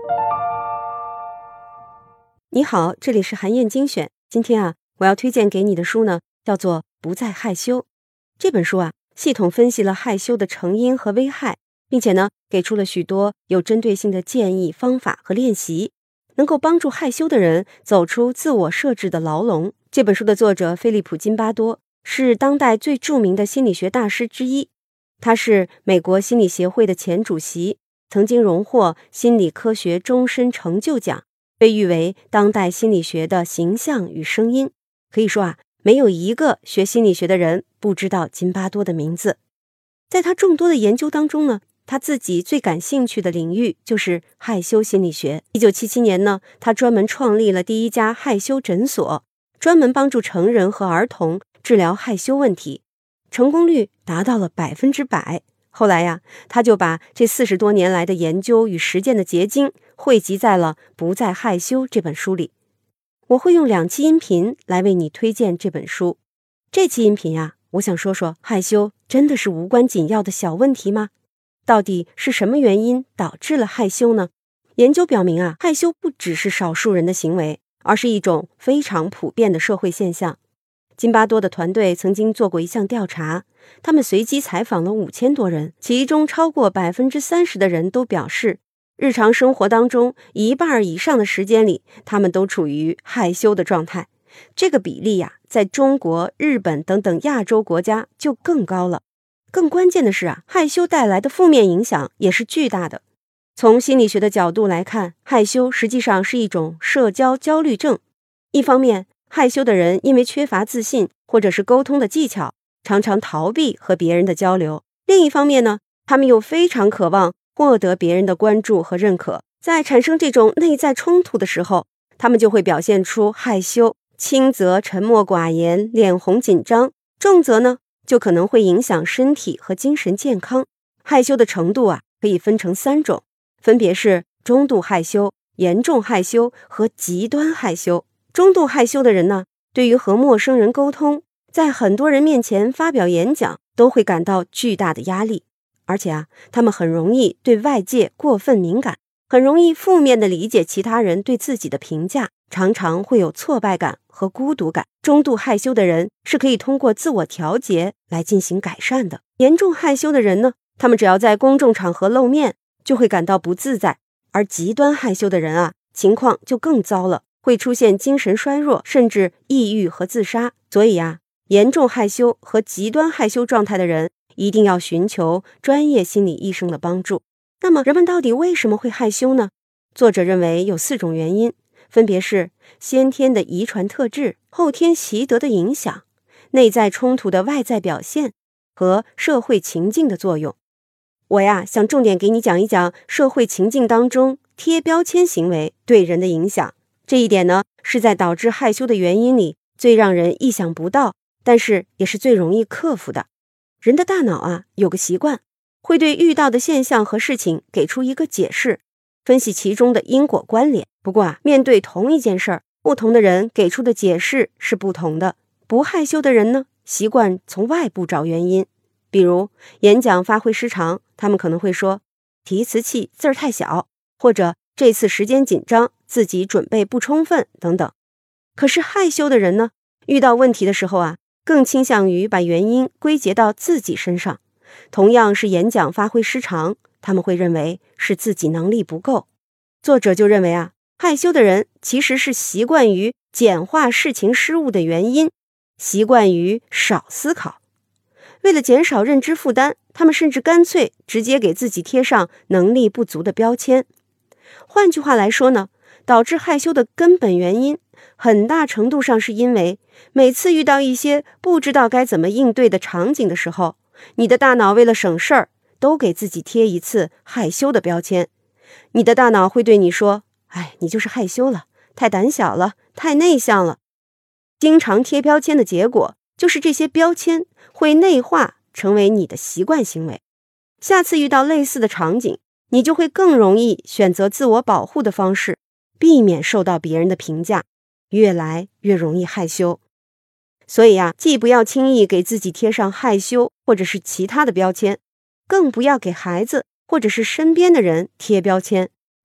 你好，这里是韩燕精选。今天我要推荐给你的书呢，叫做《不再害羞》。这本书系统分析了害羞的成因和危害，并且呢，给出了许多有针对性的建议、方法和练习，能够帮助害羞的人走出自我设置的牢笼。这本书的作者菲利普·金巴多是当代最著名的心理学大师之一，他是美国心理协会的前主席，曾经荣获心理科学终身成就奖，被誉为当代心理学的形象与声音。可以说没有一个学心理学的人不知道金巴多的名字。在他众多的研究当中呢，他自己最感兴趣的领域就是害羞心理学。1977年呢，他专门创立了第一家害羞诊所，专门帮助成人和儿童治疗害羞问题，成功率达到了100%。后来他就把这40多年来的研究与实践的结晶汇集在了《不再害羞》这本书里。我会用2期音频来为你推荐这本书。这期音频我想说说，害羞真的是无关紧要的小问题吗？到底是什么原因导致了害羞呢？研究表明害羞不只是少数人的行为，而是一种非常普遍的社会现象。金巴多的团队曾经做过一项调查，他们随机采访了5000多人，其中超过30%的人都表示，日常生活当中1半以上的时间里，他们都处于害羞的状态。这个比例在中国、日本等等亚洲国家就更高了。更关键的是害羞带来的负面影响也是巨大的。从心理学的角度来看，害羞实际上是一种社交焦虑症。一方面，害羞的人因为缺乏自信或者是沟通的技巧，常常逃避和别人的交流。另一方面呢，他们又非常渴望获得别人的关注和认可。在产生这种内在冲突的时候，他们就会表现出害羞，轻则沉默寡言、脸红紧张，重则呢就可能会影响身体和精神健康。害羞的程度可以分成3种，分别是中度害羞、严重害羞和极端害羞。中度害羞的人呢，对于和陌生人沟通，在很多人面前发表演讲，都会感到巨大的压力。而且他们很容易对外界过分敏感，很容易负面地理解其他人对自己的评价，常常会有挫败感和孤独感。中度害羞的人是可以通过自我调节来进行改善的。严重害羞的人呢，他们只要在公众场合露面，就会感到不自在。而极端害羞的人情况就更糟了，会出现精神衰弱，甚至抑郁和自杀。所以严重害羞和极端害羞状态的人一定要寻求专业心理医生的帮助。那么人们到底为什么会害羞呢？作者认为有4种原因，分别是先天的遗传特质、后天习得的影响、内在冲突的外在表现和社会情境的作用。我想重点给你讲一讲社会情境当中贴标签行为对人的影响。这一点呢，是在导致害羞的原因里最让人意想不到，但是也是最容易克服的。人的大脑有个习惯，会对遇到的现象和事情给出一个解释，分析其中的因果关联。不过面对同一件事儿，不同的人给出的解释是不同的。不害羞的人呢，习惯从外部找原因，比如演讲发挥失常，他们可能会说提词器字儿太小，或者这次时间紧张，自己准备不充分等等。可是害羞的人呢，遇到问题的时候更倾向于把原因归结到自己身上。同样是演讲发挥失常，他们会认为是自己能力不够。作者就认为害羞的人其实是习惯于简化事情失误的原因，习惯于少思考。为了减少认知负担，他们甚至干脆直接给自己贴上能力不足的标签。换句话来说呢，导致害羞的根本原因很大程度上是因为每次遇到一些不知道该怎么应对的场景的时候，你的大脑为了省事儿，都给自己贴一次害羞的标签。你的大脑会对你说，你就是害羞了，太胆小了，太内向了。经常贴标签的结果，就是这些标签会内化成为你的习惯行为。下次遇到类似的场景，你就会更容易选择自我保护的方式，避免受到别人的评价，越来越容易害羞。所以既不要轻易给自己贴上害羞或者是其他的标签，更不要给孩子或者是身边的人贴标签。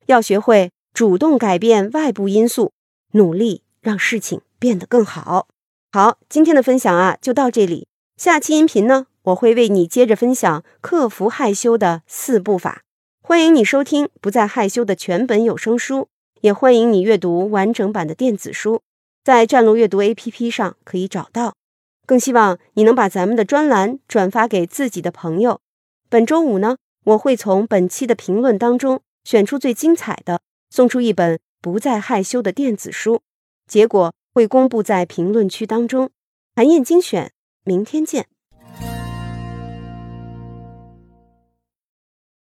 要学会主动改变外部因素，努力让事情变得更好。好，今天的分享啊就到这里。下期音频呢，我会为你接着分享克服害羞的4步法。欢迎你收听不再害羞的全本有声书，也欢迎你阅读完整版的电子书，在湛卢阅读 APP 上可以找到。更希望你能把咱们的专栏转发给自己的朋友。本周5呢，我会从本期的评论当中选出最精彩的，送出一本不再害羞的电子书，结果会公布在评论区当中。韩燕精选，明天见。